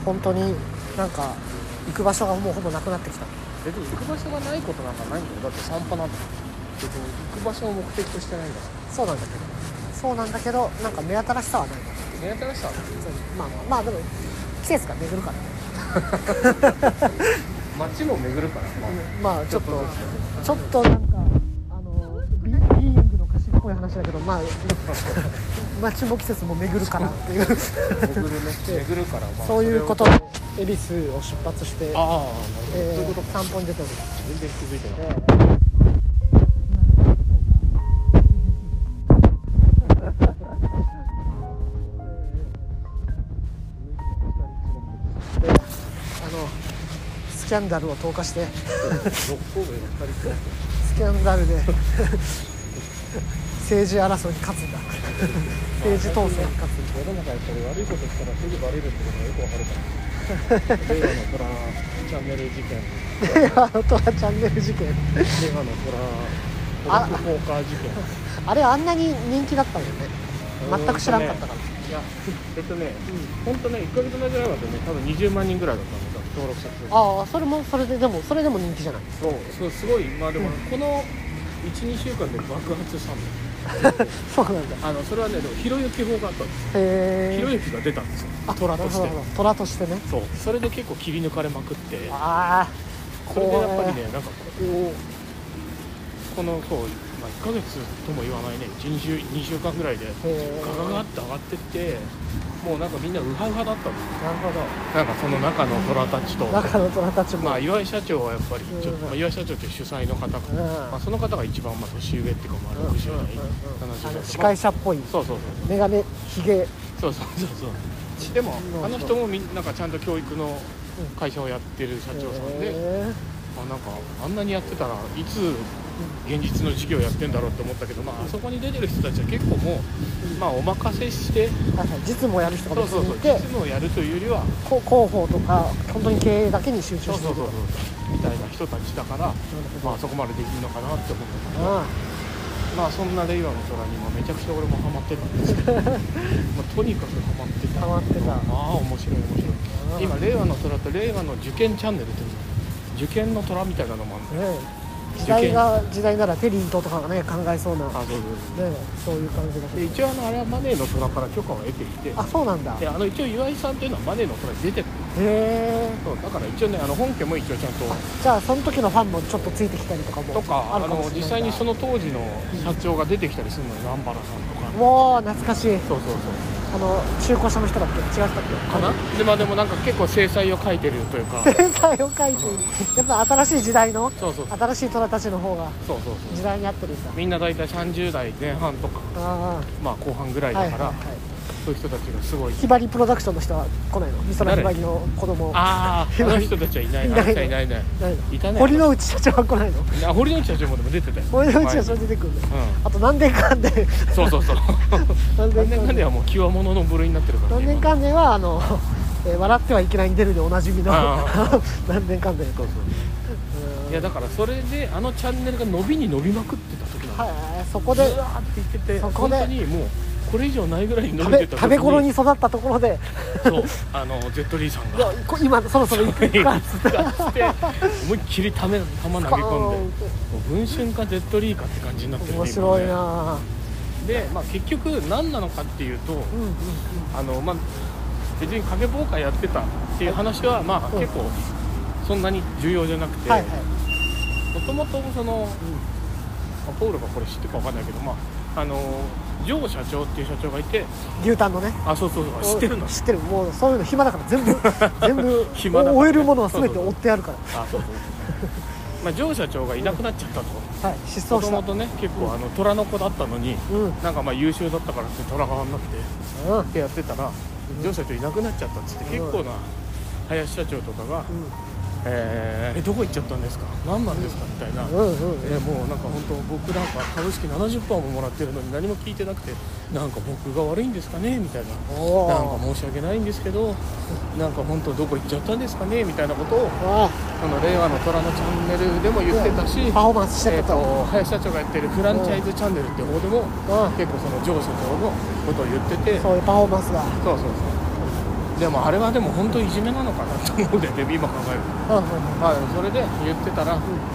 本当になんか行く場所がもうほぼなくなってきた。 別に行く場所がないことなんかないんだよ。だって散歩なんだ。別に行く場所を目的としてないんだから。 そうなんだけどなんか目新しさはないな。 目新しさはまあでも季節が巡るからね。 街も巡るから、 まあちょっとなんかビーイングの歌詞っぽい話だけど、まあ街も季節も巡るからっていう巡るから、 そういうことで恵比寿を出発して、 そういうことか。 散歩に出ております。 全然気づいてなかった。 スキャンダルを投下してスキャンダルで政治争いに勝つんだ。政治当選に勝つんだ。 世の中やっぱり悪いことしたらすぐバレるってことがよくわかるから。令和の虎チャンネル事件。 令和の虎チャンネル事件。 令和の虎ポーカー事件。 あれあんなに人気だったんよね。全く知らんかったから。 いや本当ね1ヶ月前ぐらいまでね多分20万人ぐらいだったのだ登録者数。 ああそれでも人気じゃない。 そうすごい。まあでもこの 1,2 週間で爆発したんだよ。 そうなんだ。 それはねでもひろゆき法があったんですよ。 へえ。 ひろゆきが出たんですよ。虎として。 虎としてね。 そうそれで結構切り抜かれまくって。 それでやっぱりねなんかこのそう、1ヶ月とも言わないね 2週間ぐらいでガガガって上がってってもうなんかみんなウハウハだったの。 なるほど。 なんかその中の虎たちと岩井社長はやっぱりちょっと、岩井社長という主催の方が、その方が一番年上っていうか60代70代司会者っぽい。 そうメガネヒゲ。 そうでもあの人もなんかちゃんと教育の会社をやってる社長さんで、なんかあんなにやってたらいつ現実の授業やってんだろうって思ったけど、あそこに出てる人たちは結構もう、お任せして実務をやる人が別にいて、 実務をやるというよりは広報とか本当に経営だけに集中してるみたいな人たちだから、そこまでできるのかなって思ったから、そんな令和の空にもめちゃくちゃ俺もハマってたんですけどとにかくハマってた。面白い。今令和の空と令和の受験チャンネルって受験の虎みたいなのもあるんだよ。 時代ならテリーとかがね考えそうなそういう感じだけど、 一応あれはマネーの虎から許可を得ていて。 そうなんだ。 一応岩井さんっていうのはマネーの虎に出てる。そうだから一応ね本家も一応ちゃんと。 じゃあその時のファンもちょっとついてきたりとかもあるかもしれない。 実際にその当時の社長が出てきたりするのよ。南原さんとか。 もう懐かしい。 そう中古車の人だっけ、違ったっけかな。でもなんか結構制裁を書いてるというか。 制裁を書いてる。やっぱ新しい時代の新しい虎たちの方が時代に合ってるんだ。 みんな大体30代前半とか後半ぐらいだから、そういう人たちがすごい。 ひばりプロダクションの人は来ないの？美空ひばりの子供。 あの人たちはいない。いない。 堀之内社長は来ないの？ 堀之内社長もでも出てたよ。 堀之内社長出てくるんだ。あと何年間で。 そう何年間ではもう極物の部類になってるから。 何年間では笑ってはいけないに出るでおなじみの何年間で。 いやだからそれでチャンネルが伸びまくってた時なんだ。 そこでずわーって言ってて、本当にもうこれ以上ないぐらいに伸びてた時に食べ頃に育ったところでそうジェットリーさんが今そろそろ行くかっつって思いっきり球投げ込んで、文春かジェットリーかって感じになってる。 面白いな。 で結局何なのかっていうと、別に影坊会やってたっていう話は結構そんなに重要じゃなくて、もともとポールがこれ知ってるか分かんないけどジョー社長っていう社長がいて、 牛タンのね。 そう知ってるの？ 知ってる。もうそういうの暇だから全部追えるものは全て追ってあるから。 ジョー社長がいなくなっちゃったと。 失踪した。 もともとね結構虎の子だったのに、なんか優秀だったからって虎側になってやってたら、ジョー社長いなくなっちゃったっつって、結構な林社長とかがどこ行っちゃったんですか、何なんですかみたいな、もうなんか本当僕なんか株式 70% ももらってるのに何も聞いてなくて、なんか僕が悪いんですかねみたいな、なんか申し訳ないんですけど、なんか本当どこ行っちゃったんですかねみたいなことを令和の虎のチャンネルでも言ってたし、 パフォーマンスしてたと、 林社長がやってるフランチャイズチャンネルって方でも結構その上社長のことを言ってて、 そういうパフォーマンスがでもあれはでも本当いじめなのかなと思うんだよね今考えると。それで言ってたら、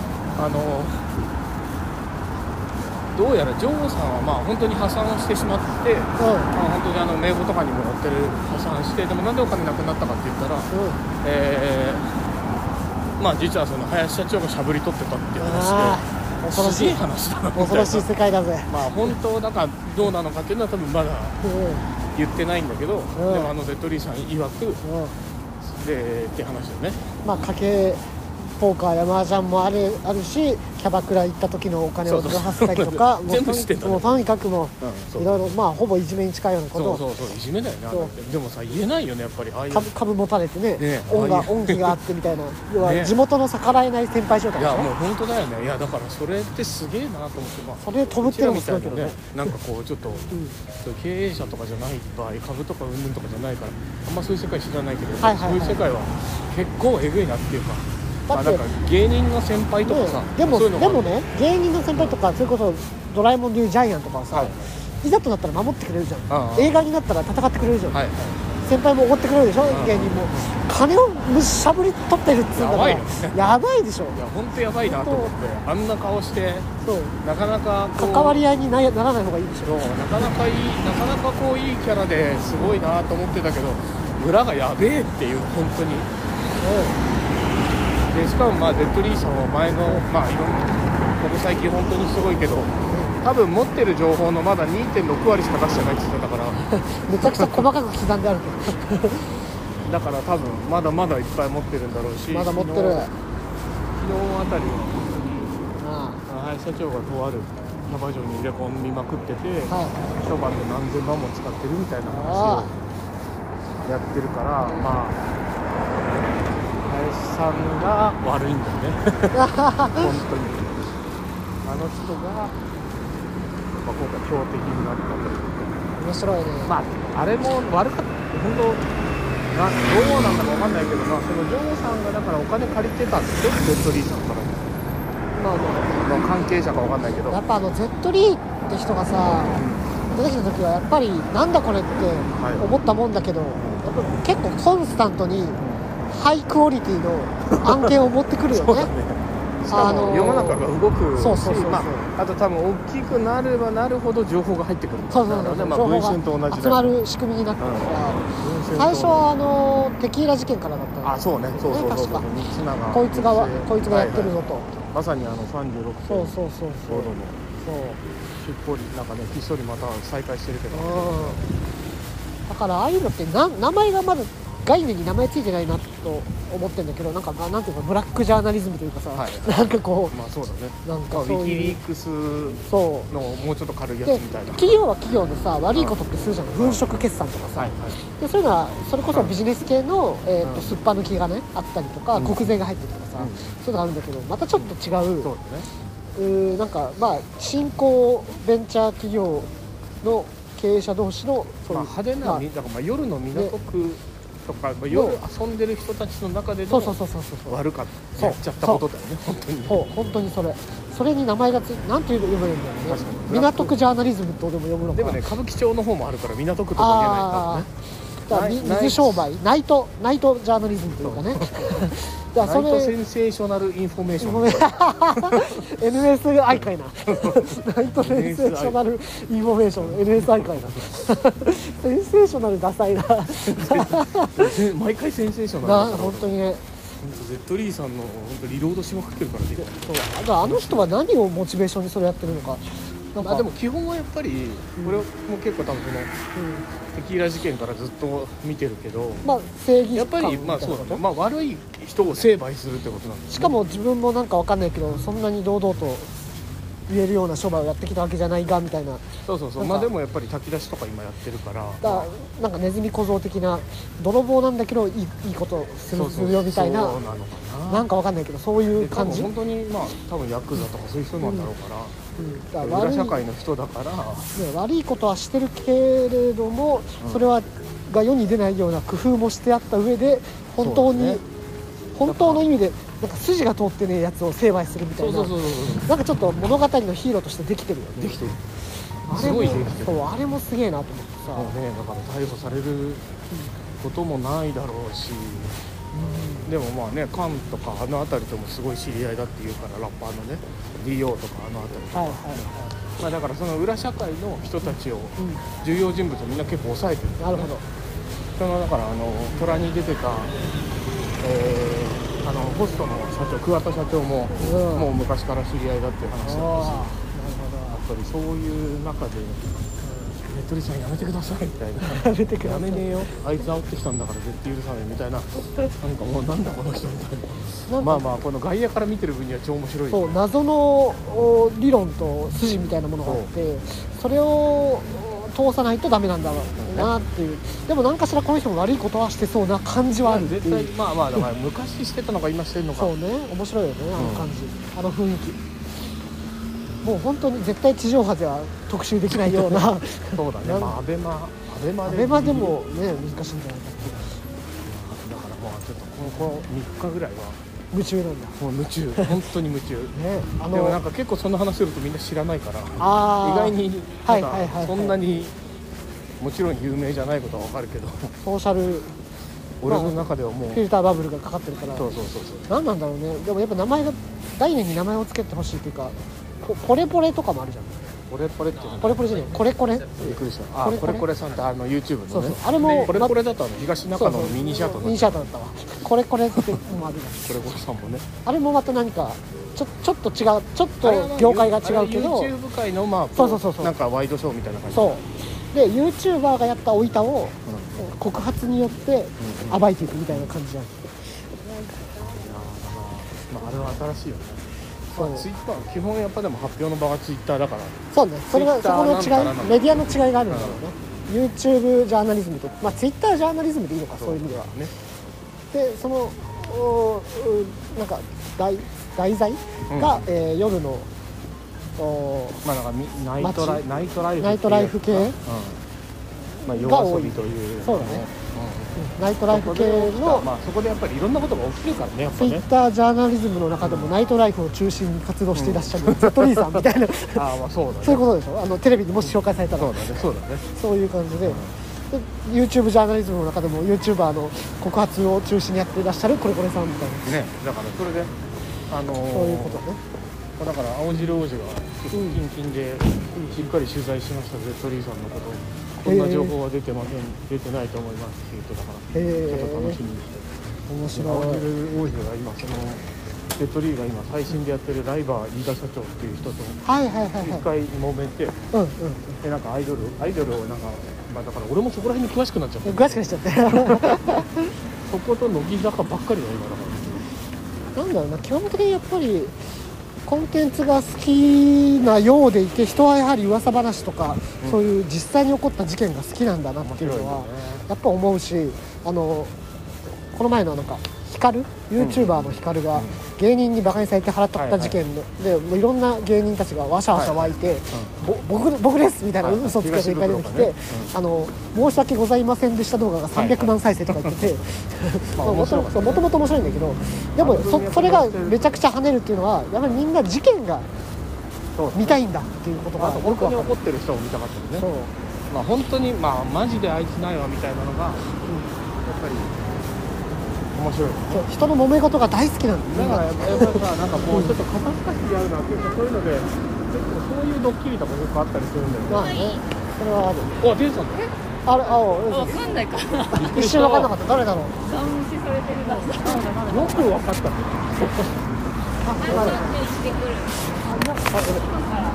どうやらジョーさんはまあ本当に破産をしてしまって、本当に名簿とかにも載ってる破産して、でもなんでお金なくなったかって言ったら、まあ実はその林社長がしゃぶり取ってたっていう話で、 恐ろしい話だなみたいな。 恐ろしい世界だぜ。 まあ本当だからどうなのかっていうのは多分まだ言ってないんだけど、でもゼットリーさん曰く、でって話だよね。 まあ家計ポーカーや麻雀もあるし、キャバクラ行った時のお金を出させたりとか、 全部知ってたね。 もうとにかくもういろいろ、まあほぼいじめに近いようなことを。 そういじめだよね。でもさ言えないよねやっぱり。ああいう株持たれてね、恩義があってみたいな、要は地元の逆らえない先輩状態でしょ。 いやもう本当だよね。いやだからそれってすげえなと思って、 それ飛ぶっていうのもすごいけどね。 なんかこうちょっと、経営者とかじゃない場合、株とか云々とかじゃないからあんまそういう世界知らないけど、そういう世界は結構えぐいなっていうか。だってなんか芸人の先輩とかさ、 でもね、芸人の先輩とかそれこそドラえもんでいうジャイアンとかはさ、いざとなったら守ってくれるじゃん。映画になったら戦ってくれるじゃん。先輩もおごってくれるでしょ。芸人も金をしゃぶり取ってるっつうんだからやばいでしょ。いや本当やばいなと思って、あんな顔してなかなか関わり合いにならない方がいいでしょ。 なかなかこういいキャラですごいなと思ってたけど、裏がやべえっていう本当に。でしかもまあデッドリーさんは前のまあいろんなここ最近本当にすごいけど、多分持ってる情報のまだ 2.6 割しか出してないって言ってたからめちゃくちゃ細かく刻んであるけどだから多分まだまだいっぱい持ってるんだろうし、 まだ持ってる。昨日あたりは林社長がとあるキャバ嬢に入れ込みまくってて、一晩で何千万も使ってるみたいな話をやってるから、まあ林さんが悪いんだよね本当にあの人が、今回標的になったというか。 面白いね。 まああれも悪かった本当どうなんだか分かんないけど、そのジョーさんがだからお金借りてたんですよゼットリーさんからの関係者か分かんないけど、 やっぱゼットリーって人がさ、出てきた時はやっぱりなんだこれって思ったもんだけど、やっぱ結構コンスタントにハイクオリティの案件を持ってくるよねしかも世の中が動くし、あと多分大きくなればなるほど情報が入ってくるんだよね。文春と同じ集まる仕組みになってるから、最初はテキーラ事件からだったんあ、そうね、そうこいつがやってるぞと、 まさに36歳のそうしっぽりなんかね、ひっそりまた再開してるけど、 だからああいうのって名前がまだ概念に名前ついてないなと思ってるんだけど、なんていうかブラックジャーナリズムというかさ、なんかこう、 そうだね、 なんかウィキリークスのもうちょっと軽いやつみたいな。 企業は企業でさ、悪いことってするじゃん、粉飾決算とかさ、でそういうのはそれこそビジネス系のすっぱ抜きがねあったりとか、国税が入ってるとかさ、そういうのがあるんだけど、またちょっと違う、なんかまあ新興ベンチャー企業の経営者同士のそういう派手な、だから夜の港区とか夜遊んでる人たちの中での悪かったやっちゃったことだよね。 本当にそれに名前がなんて読めるんだよね。港区ジャーナリズムとでも読むのか。 でもね、歌舞伎町の方もあるから港区とか言えないからね。 水商売ナイトジャーナリズムというかねナイトセンセーショナルインフォメーション NSI かいなナイトセンセーショナルインフォメーション NSI かいなセンセーショナルダサいな毎回センセーショナルだから本当にね。 ゼットリーさんの本当リロードしまくってるからね。 そうあの人は何をモチベーションにそれやってるのか。 でも基本はやっぱり俺も結構多分テキーラ事件からずっと見てるけど、 正義感やっぱりそうだね、悪い人を成敗するってことなんですね。 しかも自分もなんか分かんないけど、そんなに堂々と言えるような商売をやってきたわけじゃないがみたいな。 そうでもやっぱり炊き出しとか今やってるからなんかネズミ小僧的な泥棒なんだけどいいことするよみたいな、なんか分かんないけどそういう感じ。 本当に多分ヤクザとかそういう人なんだろうから、裏社会の人だから、 悪いことはしてるけれども、それが世に出ないような工夫もしてあった上で本当の意味でなんか筋が通ってねえやつを成敗するみたいな、なんかちょっと物語のヒーローとしてできてるよね。 できてる。 あれもすげえなと思ってさ。 だから逮捕されることもないだろうし、でもまあねカンとかあの辺りともすごい知り合いだっていうから、ラッパーのね DO とかあの辺りとか、まあ、だからその裏社会の人たちを、重要人物をみんな結構抑えてるんだよね。 なるほど。 そのだから虎に出てた、ホストの社長桑田社長も、もう昔から知り合いだっていう話だったし、やっぱりそういう中でネットリさんやめてくださいみたいなやめねえよあいつ煽ってきたんだから絶対許さないみたいな、なんかもうなんだこの人みたいな、まあまあこの外野から見てる分には超面白い。 そう、謎の理論と筋みたいなものがあって、それを通さないとダメなんだろうなっていう。でも何かしらこの人も悪いことはしてそうな感じはあるっていう。 絶対まあまあだから昔してたのか今してるのか。 そうね、面白いよね、あの感じ、あの雰囲気。もう本当に絶対地上波では特集できないようなそうだね、まあアベマでもね難しいんじゃないかっていう。 だからまあちょっとこの3日ぐらいは夢中なんだ。 もう夢中本当に夢中ね、 でもなんか結構その話するとみんな知らないから、 あ意外になんかそんなにもちろん有名じゃないことは分かるけど、 ソーシャル俺の中ではもうフィルターバブルがかかってるから。 そう何なんだろうね。でもやっぱ名前が概念に名前をつけてほしいっていうか、ポレポレとかもあるじゃん。 ポレポレっていうのポレポレじゃない、これこれ。 びっくりした。ポレポレさんって YouTube のね。 そうそう、あれもポレポレだと東中野のミニシャートミニシャートだったわ。これこれってのもあるじゃん。 ポレポレさんもね、 あれもまた何かちょっと違う、ちょっと業界が違うけど、 YouTube 界のまあそうなんかワイドショーみたいな感じ。 そうで YouTuber がやったお板を告発によって暴いていくみたいな感じじゃん。 まああれは新しいよね。 そうツイッター基本やっぱでも発表の場がツイッターだから。 そうね、それはそこの違い、メディアの違いがあるんだろうね。 YouTube ジャーナリズムと、まあ Twitter ジャーナリズムでいいのか、そういう意味ではね。 でそのなんか題材が、夜のまあなんかナイトライフ系、 まあ夜遊びという。 そうだね、ナイトライフ系の、 まあそこでやっぱりいろんなことが起きるからね、やっぱね。 Twitter ジャーナリズムの中でもナイトライフを中心に活動していらっしゃるザトリーさんみたいなああまあそうだね、 そういうことでしょ。テレビにもし紹介されたら、 そうだねそういう感じで、YouTube ジャーナリズムの中でも YouTuber の告発を中心にやっていらっしゃるこれこれさんみたいなね。だからそれでそういうことね。 だから青汁王子が近々でしっかり取材しました、ゼットリーさんのことを。こんな情報は出てないと思いますっていう人だから、ちょっと楽しみにして。 面白い。 青汁王子が今ゼットリーが今最新でやってるライバー飯田社長っていう人と一回揉めて、でなんかアイドルをなんか、まあ、だから俺もそこら辺に詳しくなっちゃって詳しくなっちゃってそこと乃木坂ばっかりだ今だから。 なんだろうな、基本的にやっぱりコンテンツが好きなようでいて、人はやはり噂話とか、そういう実際に起こった事件が好きなんだなっていうのはやっぱ思うし、この前のなんかYouTuber のヒカルが芸人にバカにされて腹立った事件で、もういろんな芸人たちがわしゃわしゃ湧いて、僕ですみたいな嘘つけていかれてきて、申し訳ございませんでした動画が300万再生とか言ってて、もともと面白いんだけど、でもそれがめちゃくちゃ跳ねるっていうのは、やっぱりみんな事件が見たいんだっていうことがよく分かる。 本当に怒ってる人を見たかったよね。まあ本当にマジであいつないわみたいなのがやっぱり面白い。 人の揉め事が大好きなんだ。 だからやっぱりさ、なんかもうちょっと肩透かしでやるのは結構そういうので、結構そういうドッキリとかよくあったりするんだよね。 まあね、それはある。 お、出てたんだ。 あれ、 わかんないから。 一瞬分かんなかった。誰だろう。 ガン無視されてるな。 よく分かったね。 まだしてくる。今から。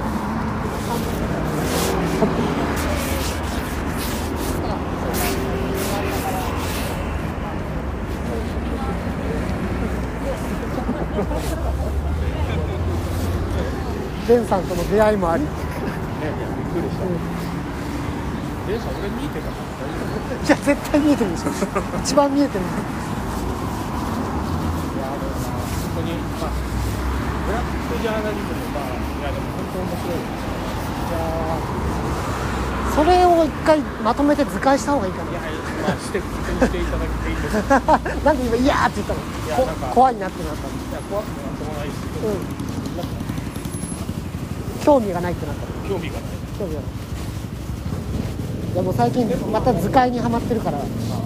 デンさんとの出会いもあり、 ね、びっくりした。デンさん俺見えてたから大丈夫？ いや絶対見えてるでしょ一番見えてる。 いやでもな、本当にブラックジャーナリズムいやでも本当面白い。 いやそれを一回まとめて図解した方がいいかな。 いやしていただきていいですか。 なんで今いやーって言ったの。 いやなんか怖いなってなったの。 いや怖くなんともないし、 興味がないってなったの。 興味がない。 興味がない。でも最近また図解にはまってるから、 あ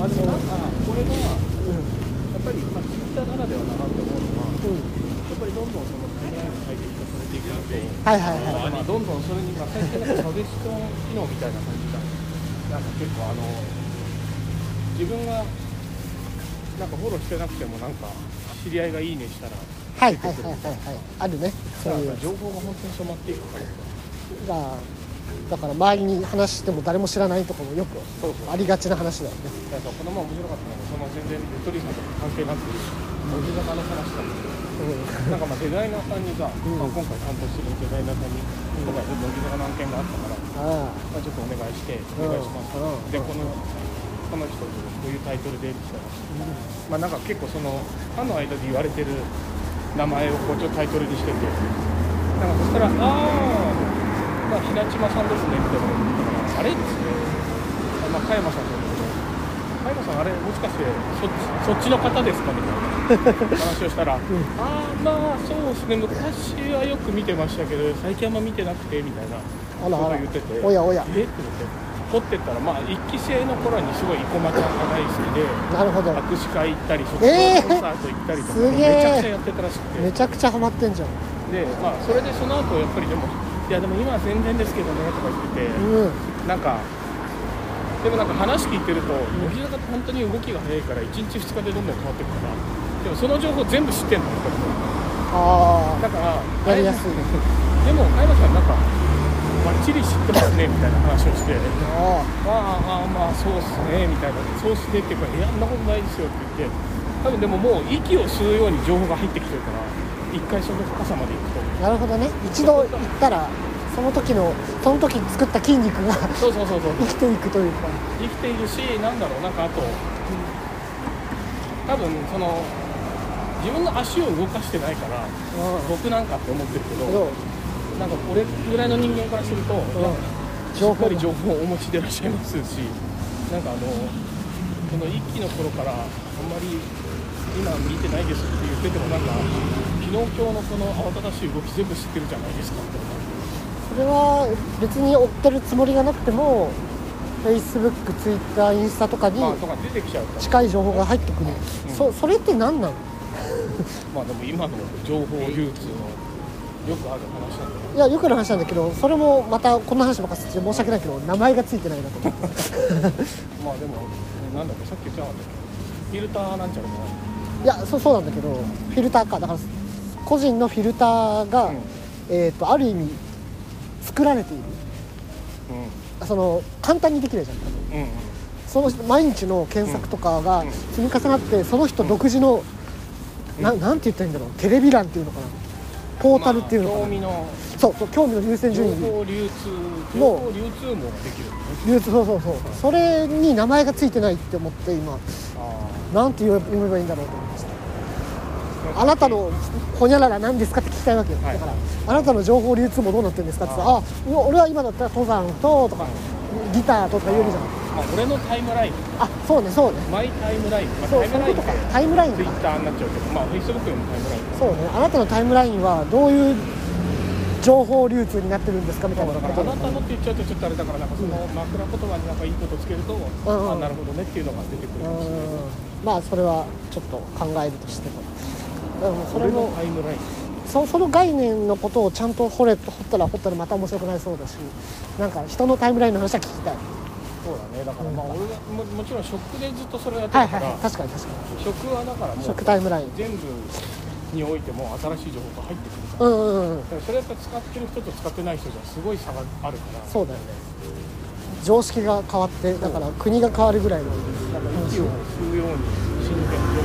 あでもなんかこれがやっぱりツイッターならではだなと思うのは、やっぱりどんどんそのタイムラインの最適化されていくので、まあどんどんそれに最近なんかサジェスション機能みたいな感じがなんか結構自分がなんかフォローしてなくてもなんか知り合いがいいねしたらあるね、そういう情報が本当に染まっていくからだから周りに話しても誰も知らないとかもよくありがちな話だよね。 この前面白かったのがその全然ゆとりさんと関係なく乃木坂の話なんですけど、なんかまあデザイナーさんにさ、今回担当してるデザイナーさんに今回乃木坂の案件があったから、まあ、ちょっとお願いしてお願いします、でこの人とこういうタイトルでって言ったら、まあなんか結構そのファンの間で言われてる名前をこうちょっとタイトルにしてて、なんかそしたらまあ、ひなちまさんですねって言ったら、あれっつって、まあ、加山さんなんだけど、加山さんあれもしかしてそっちの方ですかみたいな話をしたら、まあそうですね、昔はよく見てましたけど最近あんま見てなくてみたいなことを言ってて、 おやって思って掘ってったら、まあ1期生の頃にすごい生駒ちゃんが大好きで、 なるほど、 握手会行ったり卒業コンサート行ったりとか、めちゃくちゃやってたらしくて、 めちゃくちゃハマってんじゃん。 で、まあそれでその後やっぱりでも今は全然ですけどねとか言ってて、なんかでもなんか話聞いてると乃木坂って本当に動きが早いから1日2日でどんどん変わっていくから、でもその情報全部知ってんのよ、だからやりやすい。 でも加山さんなんかバッチリ知ってますねみたいな話をして、まあそうっすねみたいな、そうっすねっていうかそんなことないですよって言って、多分でももう息を吸うように情報が入ってきてるから、一回その深さまで行くと、 なるほどね、一度行ったらその時作った筋肉がそう生きていくというか、 生きているし、なんだろう、なんかあと、多分その自分の足を動かしてないから、僕なんかって思ってるけど、なんか俺ぐらいの人間からすると、しっかり情報をお持ちでいらっしゃいますし、なんかその一期の頃からあんまり今見てないですって言ってても、なんか昨日今日のその慌ただしい動き全部知ってるじゃないですかみたいな。 それは別に追ってるつもりがなくても Facebook、Twitter、インスタとかに近い情報が入ってくる、それって何なの？ まあでも今の情報流通のよくある話なんだけど、 いやよくある話なんだけど、それもまたこんな話ばっかりして申し訳ないけど名前がついてないなと思ってまあでもなんだっけ、さっき言ってなかったっけ、フィルターなんちゃらじゃない？ いやそうなんだけど、フィルターか、だから個人のフィルターが、ある意味作られている、その簡単にできるじゃん、その毎日の検索とかが積み重なって、その人独自の、なんて言ったらいいんだろう、テレビ欄っていうのかな、ポータルっていうのかな、興味の優先順位、 情報流通もできる、 そうそれに名前がついてないって思って、今なんて読めばいいんだろうと思いました。あなたのホニャララ何ですかって聞きたいわけよ、だからあなたの情報流通もどうなってるんですかって言ったら、俺は今だったら登山とかギターとか言えるじゃん。 俺のタイムライン、 そうねマイタイムライン、 タイムラインツイッターになっちゃうけど、Facebook よりもタイムライン、 そうね、あなたのタイムラインはどういう情報流通になってるんですかみたいなこと。 だからあなたのって言っちゃうとちょっとあれだから、なんかその枕言葉になんかいいことつけると、なるほどねっていうのが出てくるかもしれない。 まあそれはちょっと考えるとしても、それもタイムライン、 その概念のことをちゃんと掘ったらまた面白くなりそうだし、なんか人のタイムラインの話は聞きたい。 そうだね、だから俺が もちろん食でずっとそれをやってるから、 確かに食はだからもう食タイムライン全部においても新しい情報が入ってくるから、それやっぱ使ってる人と使ってない人じゃすごい差があるから、 そうだよね、常識が変わって、だから国が変わるぐらいの、 だから息を吸うように真剣に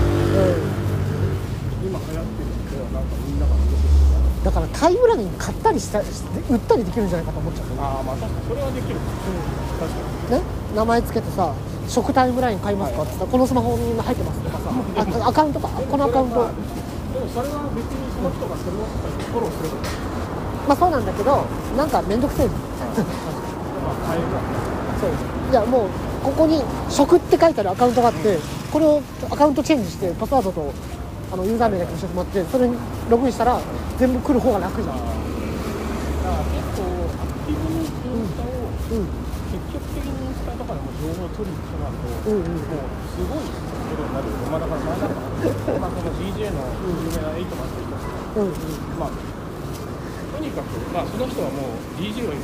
今流行ってる人はなんかみんながだからタイムライン買ったり売ったりできるんじゃないかと思っちゃう。 まあ確かにそれはできる、確かにね、名前つけてさ、食タイムライン買いますかって言ったら、このスマホに入ってますとかさ、アカウントか、このアカウント、 でもそれは別にその人がそれをフォローすればいい。 まあそうなんだけど、なんかめんどくせえじゃん。 変えるわ。 そう、いやもうここに食って書いてあるアカウントがあって、これをアカウントチェンジしてパスワードとユーザー名だけ教えてもらって、それにログインしたら全部来る方が楽じゃん。 だから結構アクティブにインスタを、積極的にインスタとか中でも情報を取りに行かないと、 うんうん、 もうすごいことになるよ。だから前なんか、その DJ の有名なエイトマンって人とか、とにかく、その人はもう DJ は今、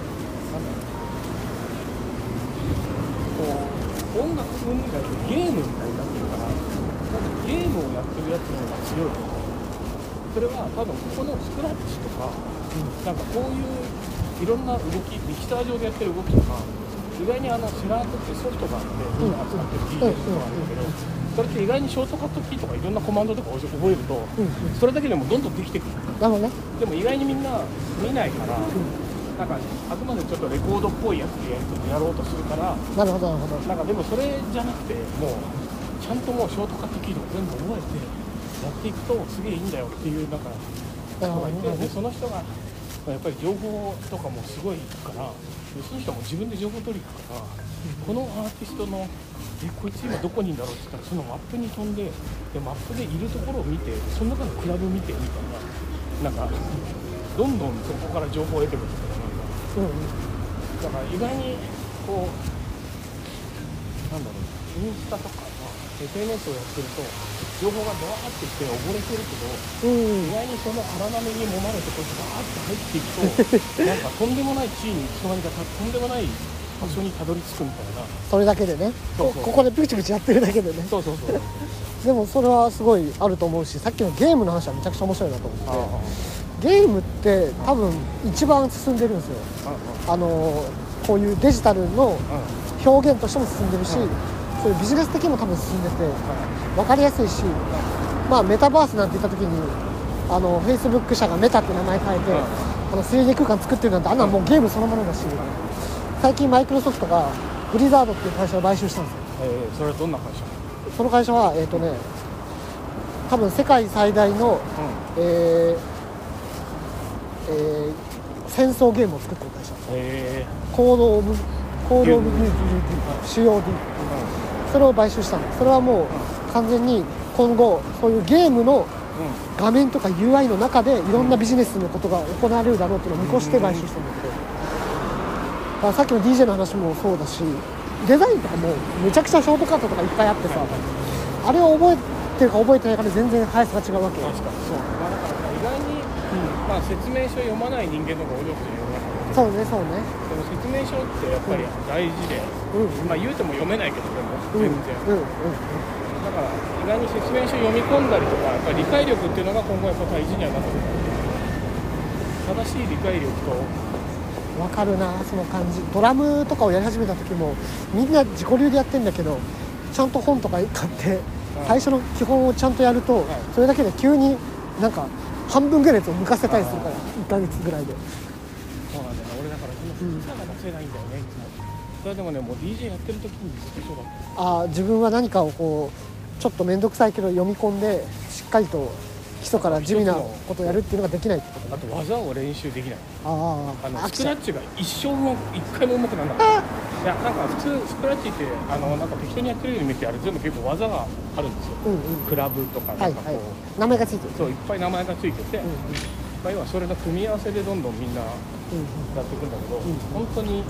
音楽分離でゲームみたいになってるから、ゲームをやってるやつの方が強い。それは多分ここのスクラッチとか、なんかこういういろんな動き、ミキサー上でやってる動きとか、意外にセラートってソフトがあってみんな使ってる DJ とかあるんだけど、それって意外にショートカットキーとかいろんなコマンドとか覚えると、それだけでもどんどんできてくる。 なるほどね。 でも意外にみんな見ないから、なんかあくまでちょっとレコードっぽいやつでやろうとするから、 なるほどなるほど。 なんかでもそれじゃなくて、もうちゃんともうショートカットキーとか全部覚えてやっていくとすげえいいんだよっていうなんか人がいて、でその人がやっぱり情報とかもすごいから、その人も自分で情報取りに行くから、このアーティストのこいつ今どこにいるんだろうって言ったら、そのマップに飛んで、マップでいるところを見て、その中のクラブ見てみたいな、なんかどんどんそこから情報を得てくるとか、だから意外にこうなんだろう、インスタとか SNS をやってると情報がバーってきて溺れてるけど、意外にその荒波に揉まれてこうバーって入っていくとなんかとんでもない地位にいつの間にかとんでもない場所にたどり着くみたいな。 それだけでね。ここでプチプチやってるだけでね。 そうでもそれはすごいあると思うし、さっきのゲームの話はめちゃくちゃ面白いなと思って、ゲームって多分一番進んでるんですよ。こういうデジタルの表現としても進んでるし、そういうビジネス的にも多分進んでて分かりやすいし、メタバースなんて言った時にFacebook 社がメタって名前変えて、3D 空間作ってるなんて、あんなもうゲームそのものだし、最近マイクロソフトがブリザードっていう会社を買収したんですよ。 それはどんな会社？ その会社は多分世界最大の、戦争ゲームを作ってる会社。コードオブデューティー、主要 D、それを買収したの。それはもう完全に今後そういうゲームの画面とか UI の中でいろんなビジネスのことが行われるだろうっていうのを見越して買収したんだけど、だからさっきの DJ の話もそうだし、デザインとかもめちゃくちゃショートカットとかいっぱいあってさ、あれを覚えてるか覚えてないかで全然速さが違うわけよ。 確かにそう。だから意外に、説明書読まない人間の方が多いかもしれない。 そうねそうね。 でも説明書ってやっぱり大事で、言うても読めないけどでも全然、だから意外に説明書読み込んだりとか、やっぱり理解力っていうのが今後やっぱ大事にはなってくる。正しい理解力と。 わかるな、その感じ。ドラムとかをやり始めた時もみんな自己流でやってんだけど、ちゃんと本とか買って最初の基本をちゃんとやると、それだけで急になんか半分ぐらいのやつを抜かせたりするから、1ヶ月ぐらいで。 そうなんだよね。俺だからその2日が出せないんだよね、いつも。それでもね、もう DJ やってる時にずっとそうだった。 自分は何かをこうちょっと面倒くさいけど読み込んでしっかりと基礎から地味なことをやるっていうのができないってこと。 あと技を練習できない。スクラッチが一回も上手くならなかった。いや、なんか普通スクラッチってなんか適当にやってるように見て、あれ全部結構技があるんですよ。クラブとかなんかこう、 名前がついてる。 そう、いっぱい名前がついてて、要はそれの組み合わせでどんどんみんなやっていくんだけど、本当に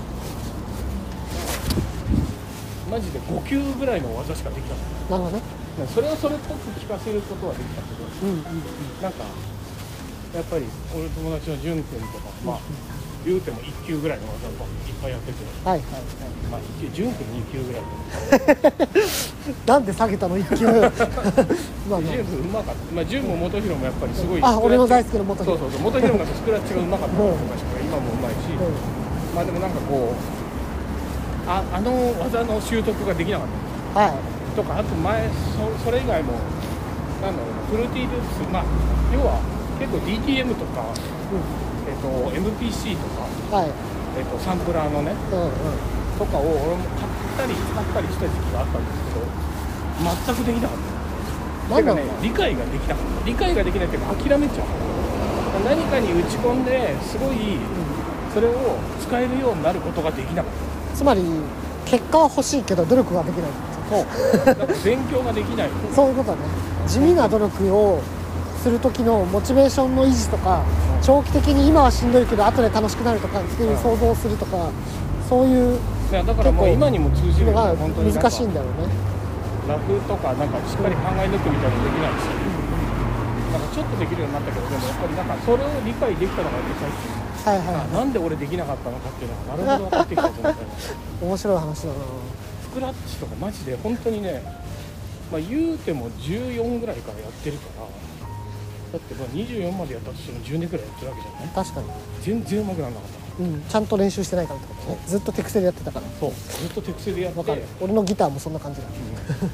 マジで5球ぐらいの技しかできなかった。 なるほどね。 それをそれっぽく聞かせることはできたけど、なんかやっぱり俺の友達の潤君とか、言うても1球ぐらいの技をいっぱいやってて、潤君2球ぐらいなんで下げたの1球潤君うまかった。潤も元弘もやっぱりすごい、 俺の大好きな元弘。 そう元弘がスクラッチがうまかったとか今もうまいし、でもなんかこう技の習得ができなかった。とか、あと前それ以外もなんだろうな、フルーティーループス、要は結構 DTM とか、MPC とか、サンプラーのね、とかを俺も買ったり使ったりした時期があったんですけど、全くできなかった。てかね、理解ができなかった。理解ができないっていうか諦めちゃう。何かに打ち込んですごいそれを使えるようになることができなかった。 つまり結果は欲しいけど努力ができない。 なんか勉強ができない。 そういうことだね。地味な努力をする時のモチベーションの維持とか、長期的に今はしんどいけど後で楽しくなるとかっていう想像をするとか、そういうやだからもう今にも通じるよね。本当に難しいんだろうね。 ラフとかなんかしっかり考え抜くみたいなのできないし、なんかちょっとできるようになったけど、でもやっぱりなんかそれを理解できたのが最近、なんで俺できなかったのかっていうのがなるほど分かってきたと思ったよ面白い話だな。 スクラッチとかマジで本当にね、まあ、言うても14ぐらいからやってるから、だってまあ24までやったとしても10年ぐらいやってるわけじゃない。 確かに全然うまくならなかった。 ちゃんと練習してないからってことね。ずっと手癖でやってたから。 そう、ずっと手癖でやって。 分かる。俺のギターもそんな感じだ。 全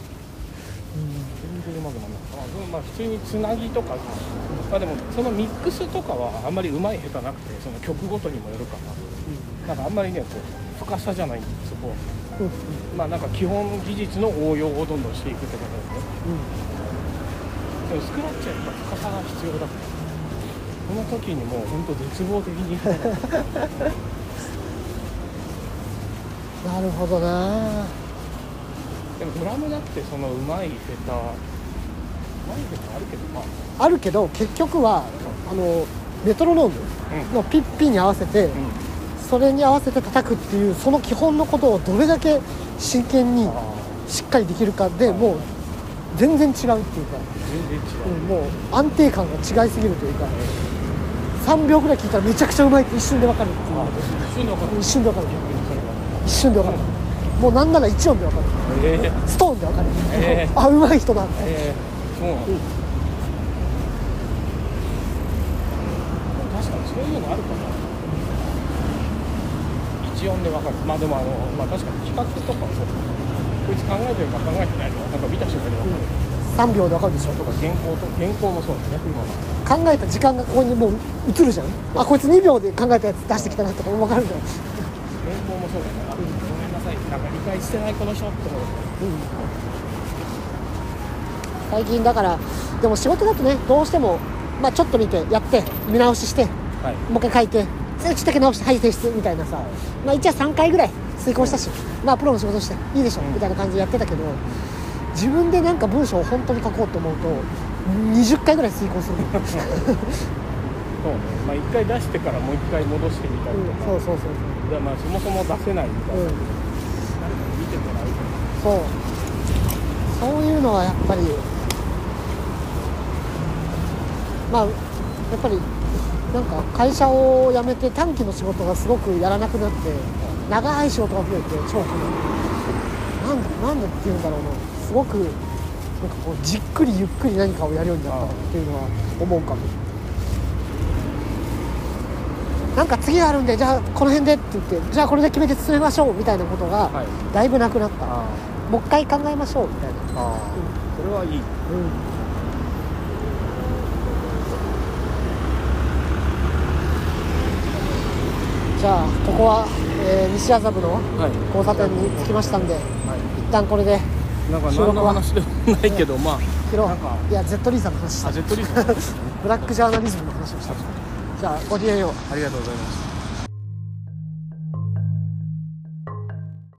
然うまくならなかった。まあ普通につなぎとか、まあでもそのミックスとかはあんまりうまい下手なくて、その曲ごとにもよるから、なんかあんまりねこう深さじゃないんで、そこは、まあなんか基本技術の応用をどんどんしていくってことだよね。でもスクラッチはやっぱ深さが必要だから、この時にもう本当絶望的になるほどな。 でもドラムだってそのうまい下手、うまい下手あるけど、まああるけど結局はメトロノームのピッピに合わせて、それに合わせて叩くっていうその基本のことをどれだけ真剣にしっかりできるかでもう全然違うっていうか、 全然違う、 もう安定感が違いすぎるというか、3秒ぐらい聞いたらめちゃくちゃうまいって一瞬で分かるっていう。一瞬で分かる。一瞬で分かる。もうなんなら1音で分かる。ストーンで分かる。あ、うまい人だって。 そうなの。確かにそういうのあるかも。1音で分かる。まあでもまあ確かに企画とかそう、こいつ考えてるか考えてないのか、なんか見た瞬間に分かる。 3秒で分かるでしょ。 とか原稿もそうだね。 考えた時間がここにもう映るじゃん。あ、こいつ2秒で考えたやつ出してきたなとか分かるじゃん。 原稿もそうだね。ごめんなさい、なんか理解してないこの人ってこと、 最近だからでも仕事だとね、どうしてもまあちょっと見てやって見直しして、もう一回書いてちょっとだけ直して、はい提出みたいなさ、まあ一応3回ぐらい遂行したし、まあプロの仕事していいでしょ、みたいな感じでやってたけど、自分でなんか文章を本当に書こうと思うと20回ぐらい遂行するそうね。 まあ1回出してからもう1回戻してみたりとか、そうでまあそもそも出せないみたいな、誰かに見てもらうとか、 そういうのはやっぱりまあやっぱりなんか会社を辞めて短期の仕事がすごくやらなくなって、長い仕事が増えて長期のなんでっていうんだろうな、すごくなんかこうじっくりゆっくり何かをやるようになったっていうのは思うかも。なんか次があるんで、じゃあこの辺でって言って、じゃあこれで決めて進めましょうみたいなことがだいぶなくなった。もう一回考えましょうみたいな。 それはいい。 じゃあここは、西麻布の交差点に着きましたんで、一旦これでなんか何の話でもないけど、まあいやゼットリーさんの話した。 ゼットリーさんブラックジャーナリズムの話をした。じゃあごきげんよう。 ありがとうございます。